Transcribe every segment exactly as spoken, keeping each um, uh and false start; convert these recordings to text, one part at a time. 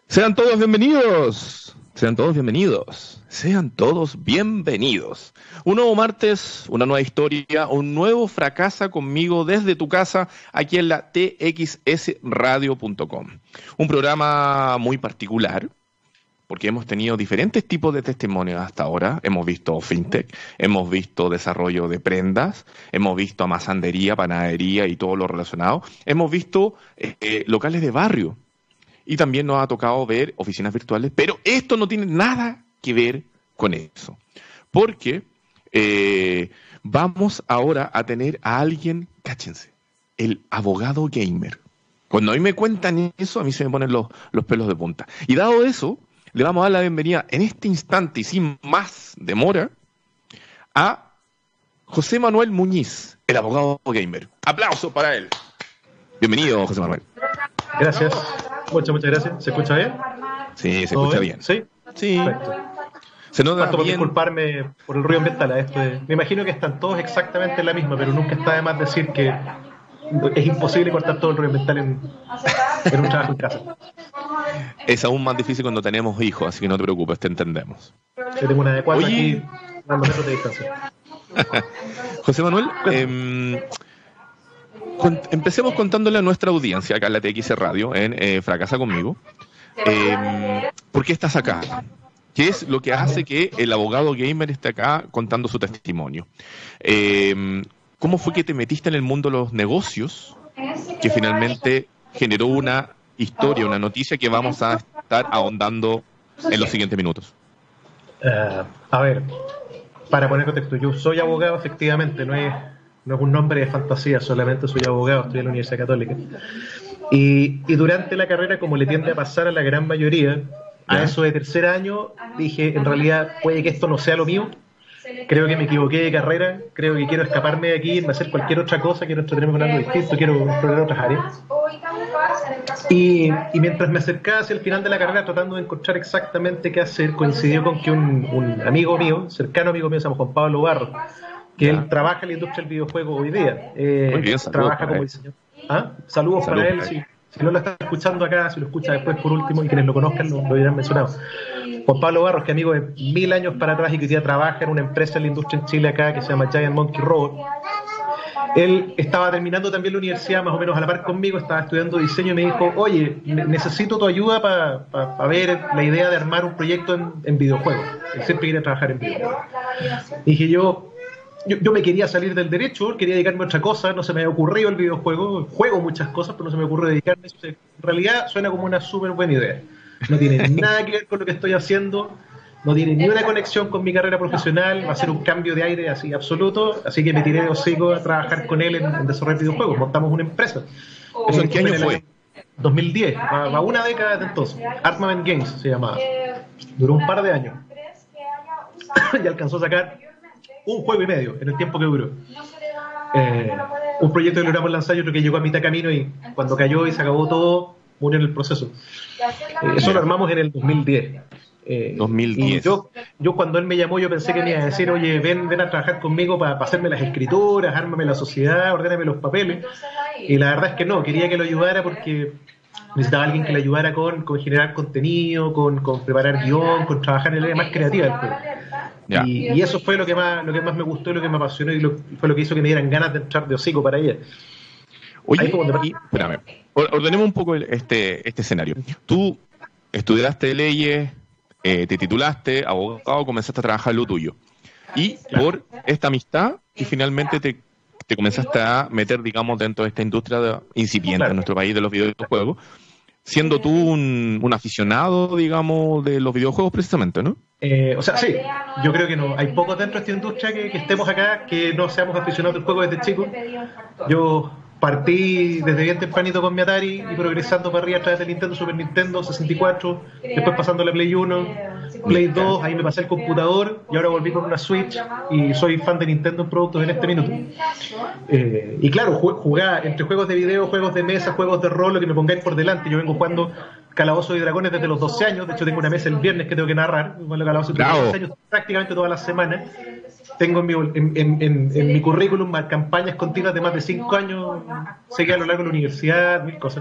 Sean todos bienvenidos, sean todos bienvenidos, sean todos bienvenidos. Un nuevo martes, una nueva historia, un nuevo Fracasa conmigo desde tu casa, aquí en la T X S radio punto com. Un programa muy particular, porque hemos tenido diferentes tipos de testimonios hasta ahora. Hemos visto fintech, hemos visto desarrollo de prendas, hemos visto amasandería, panadería y todo lo relacionado. Hemos visto eh, locales de barrio. Y también nos ha tocado ver oficinas virtuales, pero esto no tiene nada que ver con eso. Porque eh, vamos ahora a tener a alguien, cáchense, el abogado gamer. Cuando a mí me cuentan eso, a mí se me ponen los, los pelos de punta. Y dado eso, le vamos a dar la bienvenida en este instante y sin más demora a José Manuel Muñiz, el abogado gamer. Aplauso para él. Bienvenido, José Manuel. Gracias. Muchas, muchas gracias. ¿Se escucha bien? Sí, se escucha bien. bien. ¿Sí? Sí. Perfecto. Se nota Parto por bien. disculparme por el ruido ambiental. Esto es- me imagino que están todos exactamente en la misma, pero nunca está de más decir que es imposible cortar todo el ruido ambiental en, en un trabajo en casa. Es aún más difícil cuando tenemos hijos, así que no te preocupes, te entendemos. Yo tengo una de cuatro Oye. aquí, dando metros de distancia. José Manuel, eh, con- empecemos contándole a nuestra audiencia acá en la T X Radio, en eh, Fracasa Conmigo, eh, ¿por qué estás acá? ¿Qué es lo que hace que el abogado gamer esté acá contando su testimonio? Eh, ¿Cómo fue que te metiste en el mundo de los negocios que finalmente generó una historia, una noticia que vamos a estar ahondando en los siguientes minutos? Eh, a ver, para poner contexto, yo soy abogado efectivamente, no es, no es un nombre de fantasía, solamente soy abogado, estoy en la Universidad Católica. Y, y durante la carrera, como le tiende a pasar a la gran mayoría, a Ya. eso de tercer año, dije, en realidad puede que esto no sea lo mío, creo que me equivoqué de carrera, creo que quiero escaparme de aquí, irme a hacer cualquier otra cosa, quiero entretenerme con algo distinto, quiero explorar otras áreas. Y, y mientras me acercaba hacia el final de la carrera tratando de encontrar exactamente qué hacer, coincidió con que un, un amigo mío, cercano amigo mío, se llama Juan Pablo Barros, que Ya. él trabaja en la industria del videojuego hoy día. Eh, Muy bien, saludos trabaja para como él. diseñador. ¿Ah? Saludos, Saludos para él, para si, si no lo está escuchando acá, si lo escucha después por último, y quienes lo conozcan lo, lo dirán mencionado. Juan Pablo Barros, que amigo de mil años para atrás y que hoy día trabaja en una empresa en la industria en Chile acá que se llama Giant Monkey Robot. Él estaba terminando también la universidad más o menos a la par conmigo, estaba estudiando diseño y me dijo, oye, ne- necesito tu ayuda para pa, pa ver la idea de armar un proyecto en, en videojuegos. Él siempre quería trabajar en videojuegos. Y dije yo, yo, yo me quería salir del derecho, quería dedicarme a otra cosa, no se me había ocurrido el videojuego, juego muchas cosas, pero no se me ocurrió dedicarme a eso. En realidad suena como una súper buena idea. No tiene nada que ver con lo que estoy haciendo, no tiene ni una conexión con mi carrera profesional, va a ser un cambio de aire así absoluto, así que me tiré de hocico a trabajar con él en, en desarrollar videojuegos, montamos una empresa. ¿Eso en qué año el fue? dos mil diez, va, va una década de entonces. Armament Games se llamaba. Duró un par de años. Y alcanzó a sacar un juego y medio en el tiempo que duró. Eh, un proyecto que logramos lanzar y otro que llegó a mitad camino y cuando cayó y se acabó todo, murió en el proceso. Eh, eso lo armamos en el dos mil diez. Eh, dos mil diez. Y yo, yo cuando él me llamó, yo pensé que me iba a decir, oye, ven, ven a trabajar conmigo para hacerme las escrituras, ármame la sociedad, ordéname los papeles. Y la verdad es que no, quería que lo ayudara porque necesitaba alguien que le ayudara con, con generar contenido, con, con preparar guión, con trabajar en el área más creativa del juego. Ya. Y, y eso fue lo que más lo que más me gustó y lo que me apasionó y lo, fue lo que hizo que me dieran ganas de entrar de hocico para ella. Ahí Oye, fue donde- y, espérame, or- ordenemos un poco el- este, este escenario. Tú estudiaste leyes, eh, te titulaste, abogado, comenzaste a trabajar lo tuyo. Y por esta amistad, que finalmente te, te comenzaste a meter, digamos, dentro de esta industria de- incipiente Claro. en nuestro país de los videojuegos, siendo tú un, un aficionado, digamos, de los videojuegos precisamente, ¿no? Eh, o sea, sí, yo creo que no. Hay pocos dentro de esta industria que, que estemos acá que no seamos aficionados del juego desde chicos. Yo partí desde bien tempranito con mi Atari y progresando para arriba a través del Nintendo, Super Nintendo, sesenta y cuatro, después pasando a la Play uno, Play dos, ahí me pasé el computador y ahora volví con una Switch y soy fan de Nintendo en productos en este minuto. Eh, y claro, ju- jugar entre juegos de video, juegos de mesa, juegos de rol, lo que me pongáis por delante. Yo vengo jugando Calabozos y Dragones desde los doce años, de hecho tengo una mesa el viernes que tengo que narrar, jugando Calabozos y Bravo. Dragones doce años prácticamente todas las semanas. Tengo en mi, en, en, en, en mi currículum campañas continuas de más de cinco años, seguí a lo largo de la universidad, mil cosas.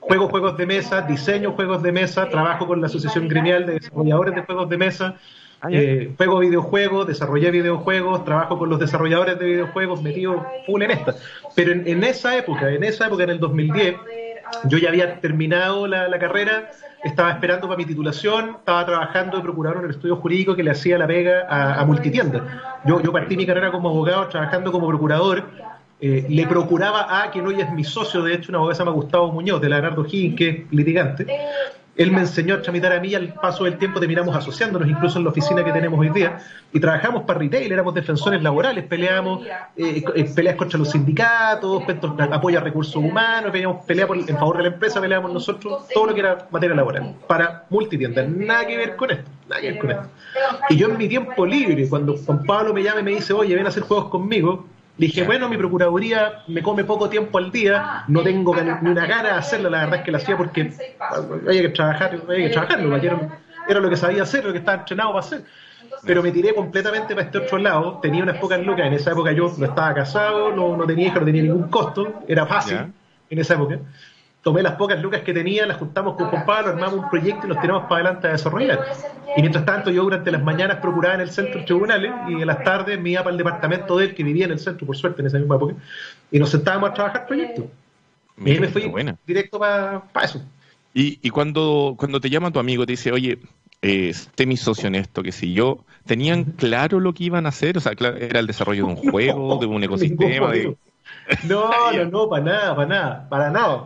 juego juegos de mesa, diseño juegos de mesa, trabajo con la Asociación Gremial de Desarrolladores de Juegos de Mesa, ah, eh, juego videojuegos, desarrollé videojuegos, trabajo con los desarrolladores de videojuegos, metido full en esta. Pero en, en esa época, en esa época, en el dos mil diez, yo ya había terminado la, la carrera, estaba esperando para mi titulación, estaba trabajando de procurador en el estudio jurídico que le hacía la pega a, a multitienda. Yo, yo partí mi carrera como abogado trabajando como procurador. Eh, le procuraba a quien hoy es mi socio, de hecho, un abogado que se llama Gustavo Muñoz, de la Leonardo Higgins, que es litigante. Él me enseñó a tramitar a mí, y al paso del tiempo terminamos asociándonos, incluso en la oficina que tenemos hoy día, y trabajamos para retail, éramos defensores laborales, peleábamos eh, peleas contra los sindicatos, apoyo a recursos humanos, peleábamos pelea por, en favor de la empresa, peleábamos nosotros, todo lo que era materia laboral, para multitiendas, nada que ver con esto, nada que ver con esto. Y yo en mi tiempo libre, cuando Juan Pablo me llama y me dice, oye, ven a hacer juegos conmigo, dije, bueno, mi procuraduría me come poco tiempo al día, no tengo ni una gana de hacerla, la verdad es que la hacía porque había que trabajar, había que trabajarlo, era, era lo que sabía hacer, lo que estaba entrenado para hacer. Pero me tiré completamente para este otro lado, tenía unas pocas lucas, en esa época yo no estaba casado, no, no tenía hijos, no tenía ningún costo, era fácil yeah. en esa época. Tomé las pocas lucas que tenía, las juntamos con Juan Pablo, armamos un proyecto y nos tiramos para adelante a desarrollar. Y mientras tanto yo durante las mañanas procuraba en el centro de tribunales y en las tardes me iba para el departamento de él, que vivía en el centro, por suerte, en esa misma época, y nos sentábamos a trabajar proyectos. Y ahí me fui buena. directo para pa eso. Y, y cuando, cuando te llama tu amigo, te dice, oye, eh, este mi socio en esto, que si yo, ¿tenían claro lo que iban a hacer? O sea, claro, era el desarrollo de un juego, no, de un ecosistema. De... No, no, no, para nada, para nada, para nada.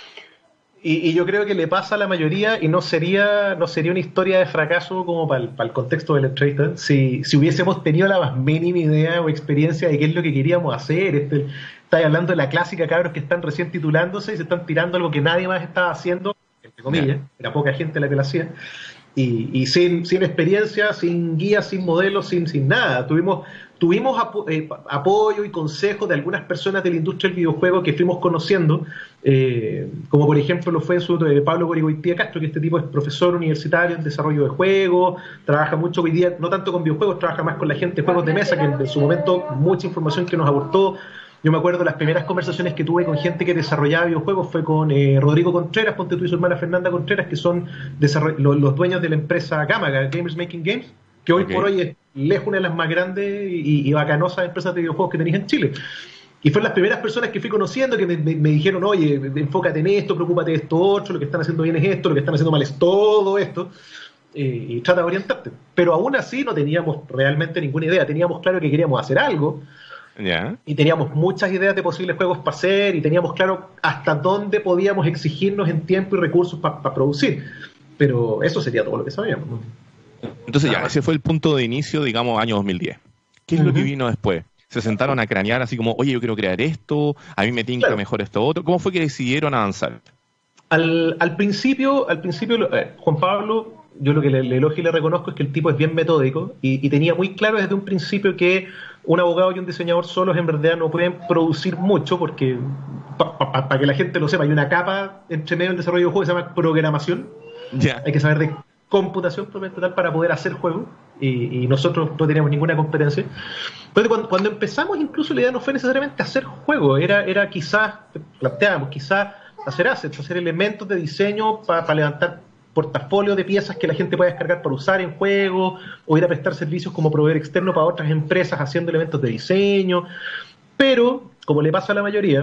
Y, y yo creo que le pasa a la mayoría y no sería no sería una historia de fracaso como para el, para el contexto de la entrevista si, si hubiésemos tenido la más mínima idea o experiencia de qué es lo que queríamos hacer. Este, estáis hablando de la clásica, cabros que están recién titulándose y se están tirando algo que nadie más estaba haciendo, entre comillas, yeah. era poca gente la que lo hacía, y, y sin, sin experiencia, sin guía, sin modelo, sin, sin nada. Tuvimos Tuvimos apo eh, apoyo y consejo de algunas personas de la industria del videojuego que fuimos conociendo, eh, como por ejemplo lo fue en su de Pablo Gorigoitía Castro, que este tipo es profesor universitario en desarrollo de juegos, trabaja mucho hoy día, no tanto con videojuegos, trabaja más con la gente de juegos de mesa, que en su momento mucha información que nos aportó. Yo me acuerdo las primeras conversaciones que tuve con gente que desarrollaba videojuegos fue con eh, Rodrigo Contreras, ponte tú y su hermana Fernanda Contreras, que son los, los dueños de la empresa Gamaga, Gamers Making Games, que hoy okay. por hoy es lejos una de las más grandes y, y bacanosas empresas de videojuegos que tenéis en Chile. Y fueron las primeras personas que fui conociendo que me, me, me dijeron, oye, enfócate en esto, preocúpate de esto otro, lo que están haciendo bien es esto, lo que están haciendo mal es todo esto, eh, y trata de orientarte. Pero aún así no teníamos realmente ninguna idea, teníamos claro que queríamos hacer algo, yeah. y teníamos muchas ideas de posibles juegos para hacer, y teníamos claro hasta dónde podíamos exigirnos en tiempo y recursos para pa producir. Pero eso sería todo lo que sabíamos, ¿no? Entonces ya, ese fue el punto de inicio, digamos, año dos mil diez. ¿Qué es uh-huh. lo que vino después? ¿Se sentaron a cranear así como, oye, yo quiero crear esto, a mí me tinca claro. mejor esto otro? ¿Cómo fue que decidieron avanzar? Al, al principio, al principio eh, Juan Pablo, yo lo que le, le elogio y le reconozco es que el tipo es bien metódico y, y tenía muy claro desde un principio que un abogado y un diseñador solos en verdad no pueden producir mucho porque, para pa, pa que la gente lo sepa, hay una capa entre medio del desarrollo de juegos que se llama programación. Yeah. Hay que saber de computación total para poder hacer juegos y, y nosotros no teníamos ninguna competencia. Entonces cuando, cuando empezamos incluso la idea no fue necesariamente hacer juegos, era, era quizás, planteábamos, quizás hacer assets, hacer elementos de diseño para pa levantar portafolio de piezas que la gente pueda descargar para usar en juegos o ir a prestar servicios como proveedor externo para otras empresas haciendo elementos de diseño. Pero, como le pasa a la mayoría,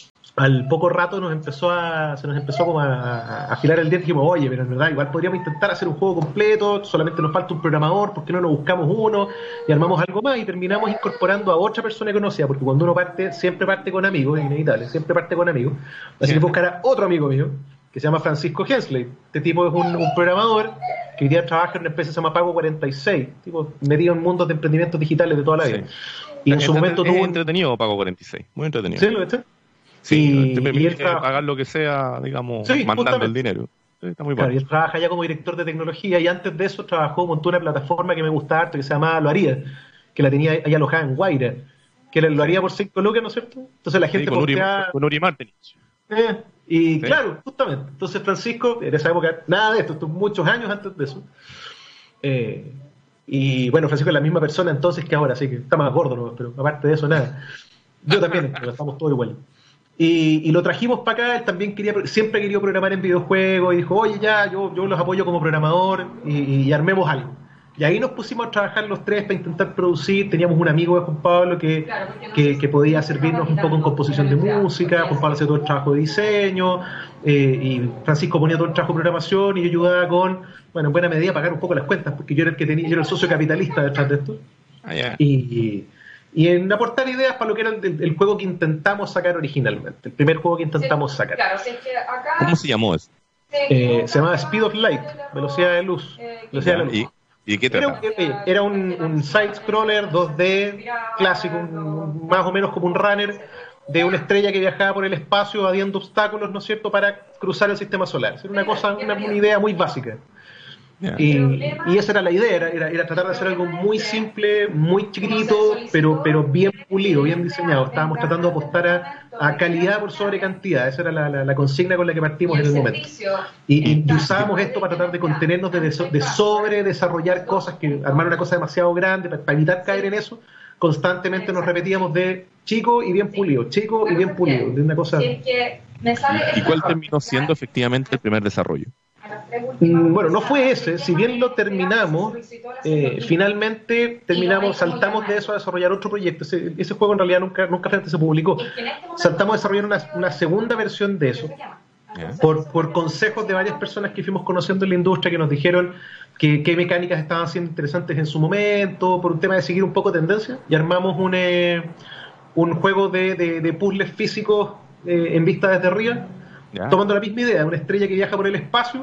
al poco rato nos empezó a, se nos empezó como a, a afilar el diente y dijimos, oye, pero en verdad igual podríamos intentar hacer un juego completo, solamente nos falta un programador, ¿por qué no nos buscamos uno? Y armamos algo más y terminamos incorporando a otra persona conocida, porque cuando uno parte, siempre parte con amigos, es inevitable, siempre parte con amigos. Así que buscar a otro amigo mío, que se llama Francisco Hensley. Este tipo es un, un programador que hoy día trabaja en una empresa que se llama Pago cuarenta y seis, tipo metido en mundos de emprendimientos digitales de toda la vida. Sí. Y en es su momento tuvo... tuvo... entretenido Pago cuarenta y seis, muy entretenido. ¿Sí, lo viste? Sí, y, te permite tra... pagar lo que sea, digamos, sí, mandando justamente. El dinero. Sí, está muy bueno. Claro, y él trabaja ya como director de tecnología y antes de eso trabajó, montó una plataforma que me gusta harto que se llama Lo Haría, que la tenía ahí alojada en Guaira, que lo haría por cinco lucas, ¿no es cierto? Entonces la gente sí, con, postrea... Uri, con Uri Martinich. Eh, y sí. Claro, justamente. Entonces Francisco, en esa época, nada de esto, esto muchos años antes de eso. Eh, y bueno, Francisco es la misma persona entonces que ahora, así que está más gordo, ¿no? Pero aparte de eso, nada. Yo también, pero estamos todos igual. Y, y lo trajimos para acá. Él también quería, siempre quería programar en videojuegos y dijo, oye, ya, yo, yo los apoyo como programador y, y armemos algo. Y ahí nos pusimos a trabajar los tres para intentar producir. Teníamos un amigo de Juan Pablo que, que, que podía servirnos un poco en composición de música. Juan Pablo hacía todo el trabajo de diseño, eh, y Francisco ponía todo el trabajo de programación, y yo ayudaba con, bueno, en buena medida pagar un poco las cuentas, porque yo era el que tenía, yo era el socio capitalista detrás de esto. Ah, yeah. Y, y en aportar ideas para lo que era el, el juego que intentamos sacar originalmente, el primer juego que intentamos sacar. ¿Cómo se llamó eso? Eh, se llamaba Speed of Light, velocidad de luz. Velocidad de la luz. ¿Y, ¿Y qué trata? Era, era un, un side-scroller dos D clásico, un, más o menos como un runner, de una estrella que viajaba por el espacio evadiendo obstáculos, ¿no es cierto?, para cruzar el sistema solar. Era una cosa, una, una idea muy básica. Yeah. Y, y esa era la idea, era, era, era tratar de hacer algo muy simple, muy chiquitito, pero, pero bien pulido, bien diseñado. Estábamos tratando de apostar a, a calidad por sobre cantidad. Esa era la, la, la consigna con la que partimos en el momento. Y, y, y usábamos esto para tratar de contenernos de, de, de sobre desarrollar cosas, que armar una cosa demasiado grande, para, para evitar caer en eso. Constantemente nos repetíamos de chico y bien pulido, chico y bien pulido, de una cosa. ¿Y cuál terminó siendo efectivamente el primer desarrollo? Bueno, no fue ese. Si bien lo terminamos, eh, finalmente terminamos, saltamos de eso a desarrollar otro proyecto. Ese, ese juego en realidad nunca, nunca se publicó. Saltamos a desarrollar una, una segunda versión de eso, por, por consejos de varias personas que fuimos conociendo en la industria, que nos dijeron que qué mecánicas estaban siendo interesantes en su momento, por un tema de seguir un poco tendencia, y armamos un, eh, un juego de, de, de puzzles físicos eh, en vista desde arriba, yeah. tomando la misma idea, una estrella que viaja por el espacio,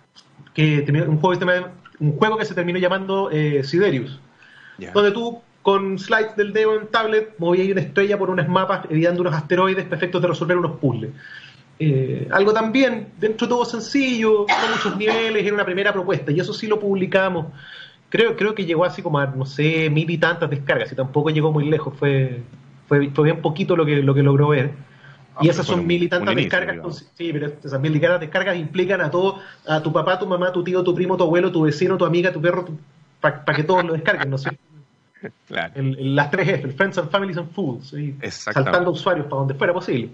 que un juego, un juego que se terminó llamando eh, Siderius, yeah. donde tú con slides del dedo en tablet movías una estrella por unos mapas evitando unos asteroides para efectos de resolver unos puzzles. Eh, algo también dentro de todo sencillo, no muchos niveles, era una primera propuesta, y eso sí lo publicamos. Creo, creo que llegó así como a, no sé, mil y tantas descargas, y tampoco llegó muy lejos, fue, fue, fue bien poquito lo que, lo que logró ver. Ah, y esas son mil y tantas descargas, con, sí, pero esas mil y tantas descargas implican a todo, a tu papá, tu mamá, tu tío, tu primo, tu abuelo, tu vecino, tu amiga, tu perro, para pa que todos lo descarguen, ¿no sé? Claro. El, el, las tres F, el Friends and Families and Fools, ¿sí? Saltando usuarios para donde fuera posible.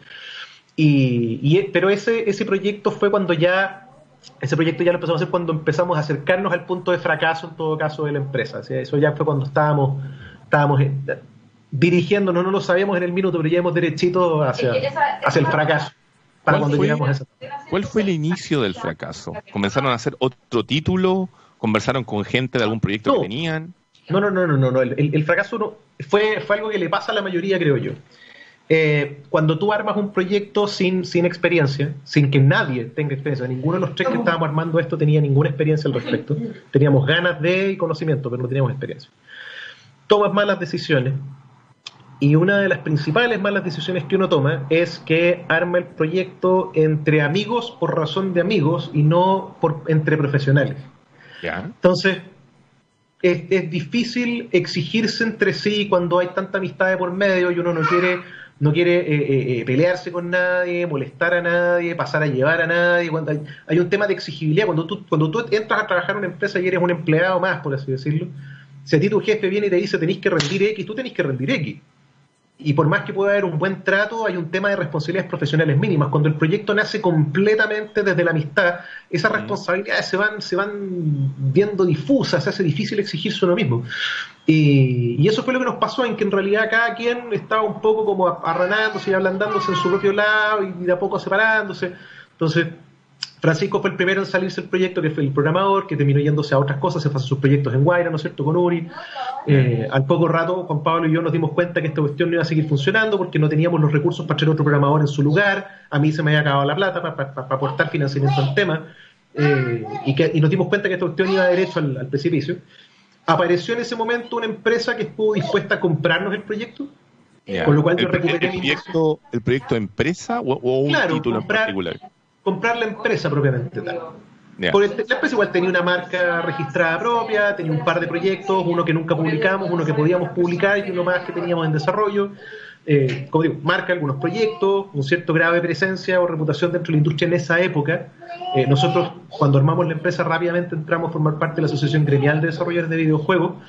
Y, y, pero ese, ese proyecto fue cuando ya, ese proyecto ya lo empezamos a hacer cuando empezamos a acercarnos al punto de fracaso, en todo caso, de la empresa. O sea, eso ya fue cuando estábamos, estábamos dirigiéndonos, no lo sabíamos en el minuto, pero ya íbamos derechito hacia, hacia el fracaso. Para cuando fue, llegamos a esa... ¿Cuál fue el inicio del fracaso? ¿Comenzaron a hacer otro título? ¿Conversaron con gente de algún proyecto no, que tenían? No, no, no, no, no, no. El, el, el fracaso no, fue, fue algo que le pasa a la mayoría, creo yo. Eh, cuando tú armas un proyecto sin, sin experiencia, sin que nadie tenga experiencia, ninguno de los tres que estábamos armando esto tenía ninguna experiencia al respecto, teníamos ganas de y conocimiento, pero no teníamos experiencia. Tomas malas decisiones, y una de las principales malas decisiones que uno toma es que arma el proyecto entre amigos por razón de amigos y no por, entre profesionales. ¿Ya? Entonces, es, es difícil exigirse entre sí cuando hay tanta amistad de por medio y uno no quiere... no quiere eh, eh, pelearse con nadie, molestar a nadie, pasar a llevar a nadie. Cuando hay, hay un tema de exigibilidad. Cuando tú, cuando tú entras a trabajar en una empresa y eres un empleado más, por así decirlo, si a ti tu jefe viene y te dice tenés que rendir X, tú tenés que rendir X. Y por más que pueda haber un buen trato, hay un tema de responsabilidades profesionales mínimas. Cuando el proyecto nace completamente desde la amistad, esas responsabilidades se van, se van viendo difusas, se hace difícil exigirse uno mismo. Y, y eso fue lo que nos pasó, en que en realidad cada quien estaba un poco como arranándose y ablandándose en su propio lado y de a poco separándose. Entonces, Francisco fue el primero en salirse del proyecto, que fue el programador, que terminó yéndose a otras cosas, se pasó sus proyectos en Guaira, ¿no es cierto?, con Uri. Eh, al poco rato, Juan Pablo y yo nos dimos cuenta que esta cuestión no iba a seguir funcionando porque no teníamos los recursos para tener otro programador en su lugar. A mí se me había acabado la plata para, para, para aportar financiamiento al tema. Eh, y, que, y nos dimos cuenta que esta cuestión iba derecho al, al precipicio. Apareció en ese momento una empresa que estuvo dispuesta a comprarnos el proyecto, yeah. con lo cual yo el, recuperé el, el proyecto, ¿El proyecto empresa o, o un claro, título comprar, en particular? Comprar la empresa propiamente tal. Yeah. Porque la empresa igual tenía una marca registrada propia, tenía un par de proyectos, uno que nunca publicamos, uno que podíamos publicar y uno más que teníamos en desarrollo. Eh, como digo, marca algunos proyectos, un cierto grado de presencia o reputación dentro de la industria en esa época. Eh, nosotros, cuando armamos la empresa, rápidamente entramos a formar parte de la Asociación Gremial de Desarrolladores de Videojuegos,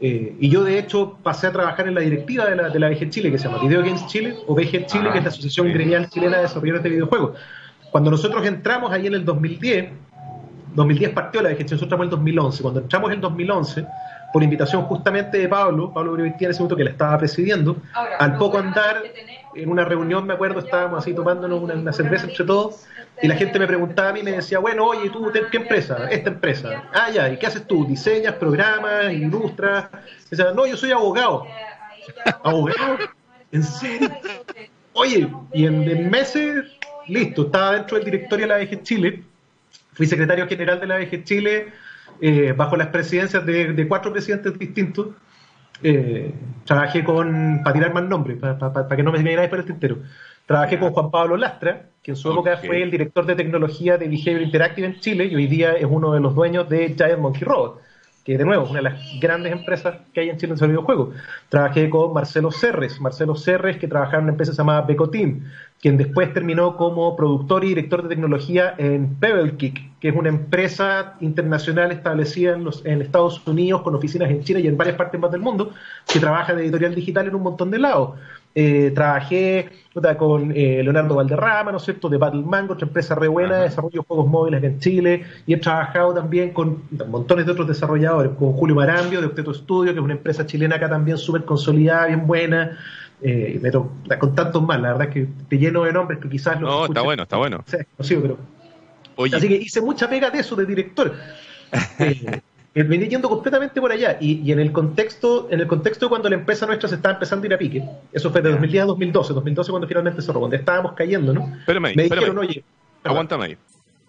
Eh, y yo, de hecho, pasé a trabajar en la directiva de la, de la V G Chile, que se llama Video Games Chile, o V G Chile, ah, que es la Asociación sí. Gremial Chilena de Desarrolladores de Videojuegos. Cuando nosotros entramos ahí en el dos mil diez, dos mil diez partió la V G Chile, nosotros entramos en el dos mil once. Cuando entramos en el dos mil once, por invitación justamente de Pablo, Pablo Brivitti en ese momento, que la estaba presidiendo, ahora, al poco andar, en una reunión, me acuerdo, estábamos así tomándonos una, una cerveza entre todos, y la gente me preguntaba a mí, me decía, bueno, oye, ¿tú qué empresa? Esta empresa. Ah, ya, ¿y qué haces tú? ¿Diseñas, programas, ilustras? O sea, no, yo soy abogado. ¿Abogado? ¿En serio? Oye, y en, en meses, listo, estaba dentro del directorio de la V G Chile, fui secretario general de la V G Chile, eh, bajo las presidencias de, de cuatro presidentes distintos. Eh, trabajé con, para tirar más nombres, para, para, para que no me diga nadie por el tintero, trabajé con Juan Pablo Lastra, que en su época okay. fue el director de tecnología de Behavior Interactive en Chile, y hoy día es uno de los dueños de Giant Monkey Robot, que de nuevo es una de las grandes empresas que hay en Chile en el videojuego. Trabajé con Marcelo Serres, Marcelo Serres, que trabajaba en una empresa llamada Becoteam, quien después terminó como productor y director de tecnología en PebbleKick, que es una empresa internacional establecida en, los, en Estados Unidos, con oficinas en Chile y en varias partes más del mundo, que trabaja de editorial digital en un montón de lados. Eh, trabajé otra, con eh, Leonardo Valderrama, ¿no es cierto?, de Battle Mango, otra empresa re buena de desarrollo de juegos móviles en Chile, y he trabajado también con montones de otros desarrolladores, con Julio Marambio de Octeto Studio, que es una empresa chilena acá también súper consolidada, bien buena, eh, me to, con tantos más, la verdad es que te lleno de nombres que quizás los no, está bueno, está bueno. Sí, no sé, pero... Oye. Así que hice mucha pega de eso, de director. Eh, Eh, venía yendo completamente por allá, y, y en el contexto en el contexto de cuando la empresa nuestra se estaba empezando a ir a pique, eso fue de dos mil diez a dos mil doce, dos mil doce cuando finalmente cerró, donde estábamos cayendo, ¿no? Espérame, me espérame. dijeron, oye, aguántame ahí.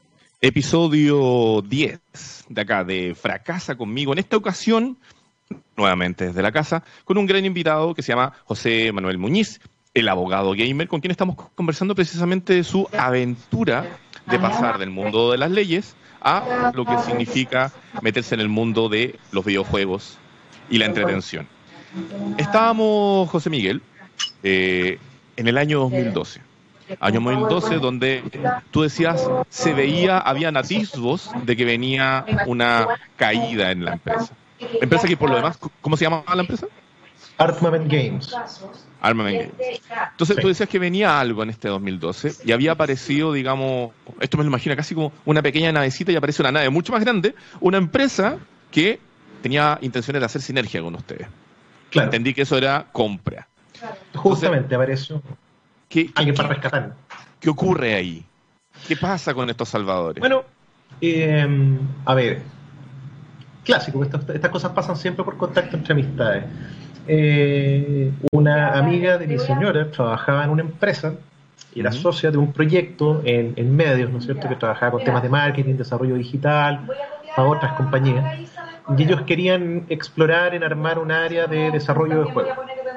Episodio diez de acá, de Fracasa Conmigo, en esta ocasión, nuevamente desde la casa, con un gran invitado que se llama José Manuel Muñiz, el abogado gamer, con quien estamos conversando precisamente de su aventura de pasar del mundo de las leyes a lo que significa meterse en el mundo de los videojuegos y la entretención. Estábamos, José Miguel, eh, en el año dos mil doce. Año dos mil doce, donde tú decías, se veía, habían atisbos de que venía una caída en la empresa. Empresa que, por lo demás, ¿cómo se llamaba la empresa? Armament Games. Armament Games. Entonces sí. Tú decías que venía algo en este dos mil doce y había aparecido, digamos, esto me lo imagino casi como una pequeña navecita, y aparece una nave mucho más grande, una empresa que tenía intenciones de hacer sinergia con ustedes. Claro. Entendí que eso era compra. Justamente Entonces, apareció ¿qué, alguien qué, para rescatar. ¿Qué ocurre ahí? ¿Qué pasa con estos salvadores? Bueno, eh, a ver, clásico, estas, estas cosas pasan siempre por contacto entre amistades. Eh, una amiga de mi señora trabajaba en una empresa y era uh-huh. socia de un proyecto en, en medios, ¿no es cierto?, que trabajaba con temas de marketing, desarrollo digital para otras compañías, y ellos querían explorar en armar un área de desarrollo de juegos,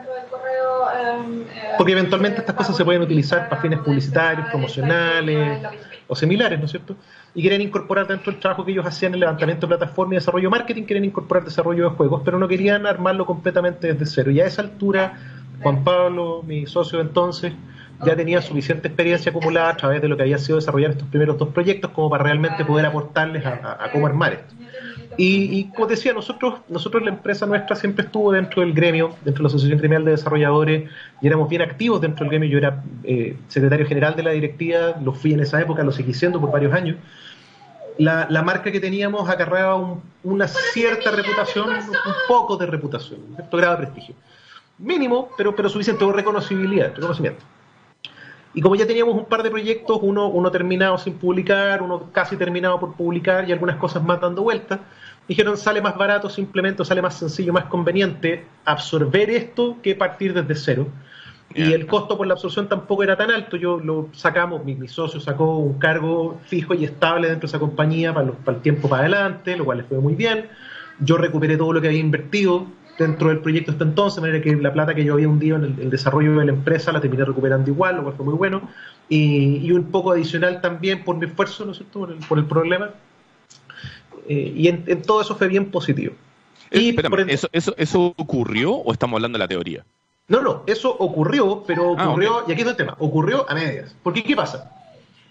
porque eventualmente estas cosas se pueden utilizar para fines publicitarios, promocionales o similares, ¿no es cierto?, y querían incorporar dentro del trabajo que ellos hacían en levantamiento de plataforma y desarrollo de marketing, querían incorporar desarrollo de juegos, pero no querían armarlo completamente desde cero. Y a esa altura, Juan Pablo, mi socio de entonces, ya tenía suficiente experiencia acumulada a través de lo que había sido desarrollar estos primeros dos proyectos como para realmente poder aportarles a, a, a cómo armar esto. Y, y como decía, nosotros, nosotros la empresa nuestra siempre estuvo dentro del gremio, dentro de la Asociación Gremial de Desarrolladores, y éramos bien activos dentro del gremio. Yo era eh, secretario general de la directiva, lo fui en esa época, lo seguí siendo por varios años. La, la marca que teníamos acarreaba un, una cierta reputación, un poco de reputación, un cierto grado de prestigio. Mínimo, pero, pero suficiente, o reconocibilidad, reconocimiento. Y como ya teníamos un par de proyectos, uno, uno terminado sin publicar, uno casi terminado por publicar y algunas cosas más dando vueltas, dijeron, sale más barato simplemente, o sale más sencillo, más conveniente absorber esto que partir desde cero. Yeah. Y el costo por la absorción tampoco era tan alto. Yo lo sacamos, mi, mi socio sacó un cargo fijo y estable dentro de esa compañía para, los, para el tiempo para adelante, lo cual le fue muy bien. Yo recuperé todo lo que había invertido dentro del proyecto hasta entonces, de manera que la plata que yo había hundido en el, el desarrollo de la empresa la terminé recuperando igual, lo cual fue muy bueno. Y, y un poco adicional también por mi esfuerzo, ¿no es cierto?, por el, por el problema. Eh, y en, en todo eso fue bien positivo. Y Espérame, el... ¿eso, eso, ¿eso ocurrió o estamos hablando de la teoría? No, no, eso ocurrió, pero ocurrió, ah, okay. y aquí está el tema, ocurrió a medias. Porque, ¿qué pasa?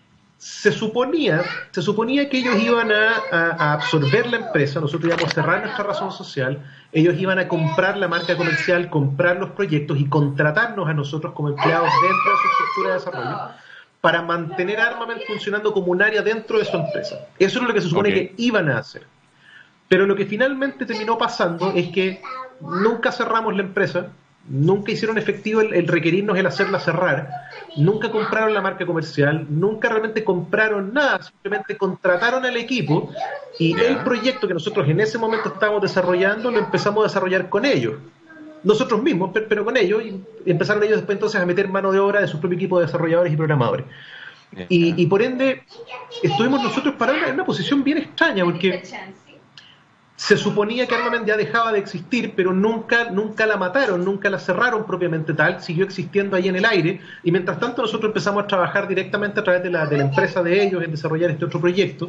se suponía, se suponía que ellos iban a, a, a absorber la empresa, nosotros íbamos a cerrar nuestra razón social, ellos iban a comprar la marca comercial, comprar los proyectos y contratarnos a nosotros como empleados dentro de su estructura de desarrollo para mantener Armament funcionando como un área dentro de su empresa. Eso es lo que se supone okay. que iban a hacer. Pero lo que finalmente terminó pasando es que nunca cerramos la empresa, nunca hicieron efectivo el, el requerirnos el hacerla cerrar, nunca compraron la marca comercial, nunca realmente compraron nada, simplemente contrataron al equipo y yeah. el proyecto que nosotros en ese momento estábamos desarrollando lo empezamos a desarrollar con ellos, nosotros mismos, pero, pero con ellos, y empezaron ellos después entonces a meter mano de obra de su propio equipo de desarrolladores y programadores. Yeah. Y, y por ende estuvimos nosotros parados en una posición bien extraña, porque se suponía que Armament ya dejaba de existir, pero nunca, nunca la mataron, nunca la cerraron propiamente tal, siguió existiendo ahí en el aire, y mientras tanto nosotros empezamos a trabajar directamente a través de la, de la empresa de ellos en desarrollar este otro proyecto,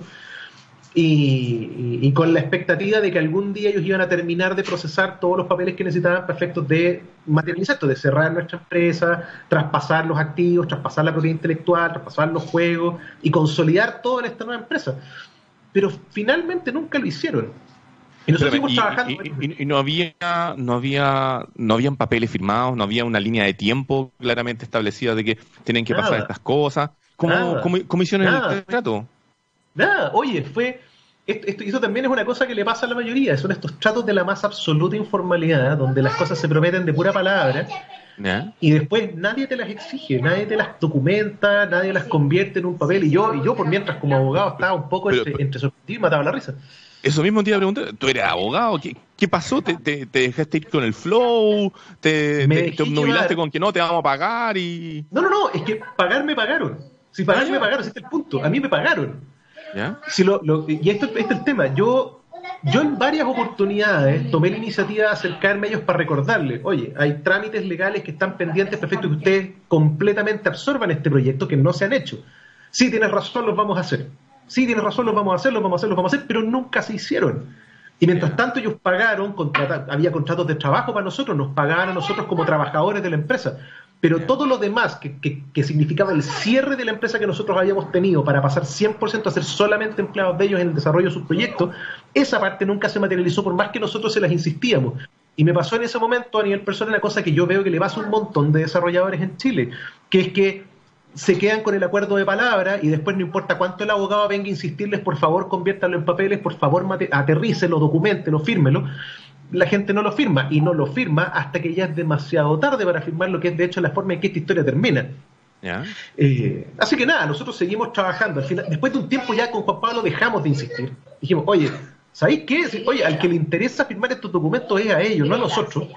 y, y, y con la expectativa de que algún día ellos iban a terminar de procesar todos los papeles que necesitaban para efectos de materializar esto, de cerrar nuestra empresa, traspasar los activos, traspasar la propiedad intelectual, traspasar los juegos, y consolidar todo en esta nueva empresa. Pero finalmente nunca lo hicieron. Y nosotros seguimos trabajando. Y, y, y no había, no había, no habían papeles firmados, no había una línea de tiempo claramente establecida de que tienen que nada, pasar estas cosas. ¿Cómo, cómo, cómo hicieron nada, el trato? Nada, oye, fue esto, esto, eso también es una cosa que le pasa a la mayoría, son estos tratos de la más absoluta informalidad, donde las cosas se prometen de pura palabra, ¿ya? Y después nadie te las exige, nadie te las documenta, nadie las convierte en un papel, y yo, y yo por mientras como abogado estaba un poco pero, entre, pero, entre sorprendido y mataba la risa. Eso mismo te iba a preguntar, ¿tú eres abogado? ¿Qué, qué pasó? ¿Te, te, ¿Te dejaste ir con el flow? ¿Te, te, te obnubilaste con que no te vamos a pagar? y No, no, no, es que pagar me pagaron. Si pagar ah, me pagaron, ese es el punto. A mí me pagaron. ¿Ya? Si lo, lo, y esto, este es el tema. Yo, yo en varias oportunidades tomé la iniciativa de acercarme a ellos para recordarles, oye, hay trámites legales que están pendientes, perfecto, que ustedes completamente absorban este proyecto que no se han hecho. Sí, tienes razón, los vamos a hacer. Sí, tienes razón, los vamos a hacer, los vamos a hacer, los vamos a hacer, pero nunca se hicieron. Y mientras tanto ellos pagaron, contrata, había contratos de trabajo para nosotros, nos pagaban a nosotros como trabajadores de la empresa. Pero todo lo demás que, que, que significaba el cierre de la empresa que nosotros habíamos tenido para pasar cien por ciento a ser solamente empleados de ellos en el desarrollo de sus proyectos, esa parte nunca se materializó por más que nosotros se las insistíamos. Y me pasó en ese momento a nivel personal una cosa que yo veo que le pasa a un montón de desarrolladores en Chile, que es que se quedan con el acuerdo de palabra y después no importa cuánto el abogado venga a insistirles, por favor conviértalo en papeles, por favor aterrícelo, documentelo, fírmelo, la gente no lo firma y no lo firma hasta que ya es demasiado tarde para firmar, lo que es de hecho la forma en que esta historia termina. Yeah. Eh, así que nada, nosotros seguimos trabajando. Al final, después de un tiempo ya con Juan Pablo dejamos de insistir. Dijimos, oye, ¿sabéis qué? Oye, al que le interesa firmar estos documentos es a ellos, no a nosotros.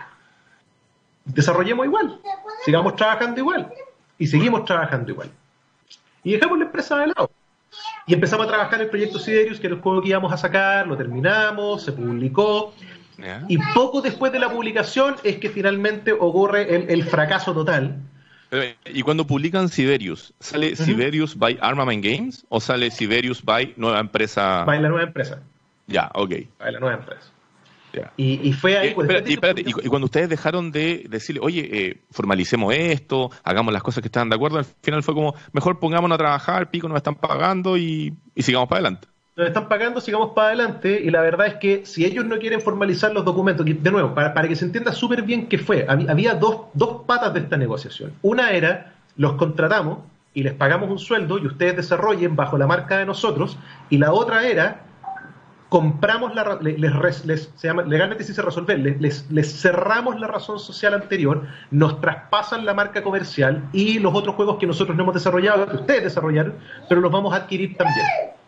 Desarrollemos igual, sigamos trabajando igual. Y seguimos trabajando igual. Y dejamos la empresa de lado. Y empezamos a trabajar en el proyecto Siderius, que era el juego que íbamos a sacar, lo terminamos, se publicó. Yeah. Y poco después de la publicación es que finalmente ocurre el, el fracaso total. ¿Y cuando publican Siderius, sale uh-huh. Siderius by Armament Games o sale Siderius by nueva empresa? By la nueva empresa. Ya, yeah, ok. By la nueva empresa. Yeah. Y, y fue ahí... Eh, espérate, y, espérate, y, y cuando ustedes dejaron de decirle, oye, eh, formalicemos esto, hagamos las cosas que estaban de acuerdo, al final fue como, mejor pongámonos a trabajar, pico, nos están pagando y, y sigamos para adelante. Nos están pagando, sigamos para adelante, y la verdad es que si ellos no quieren formalizar los documentos, de nuevo, para, para que se entienda súper bien qué fue, había, había dos, dos patas de esta negociación. Una era, los contratamos y les pagamos un sueldo y ustedes desarrollen bajo la marca de nosotros, y la otra era... compramos la les, les, les se llama, legalmente sí se resolver, les, les, les cerramos la razón social anterior, nos traspasan la marca comercial y los otros juegos que nosotros no hemos desarrollado, que ustedes desarrollaron, pero los vamos a adquirir también.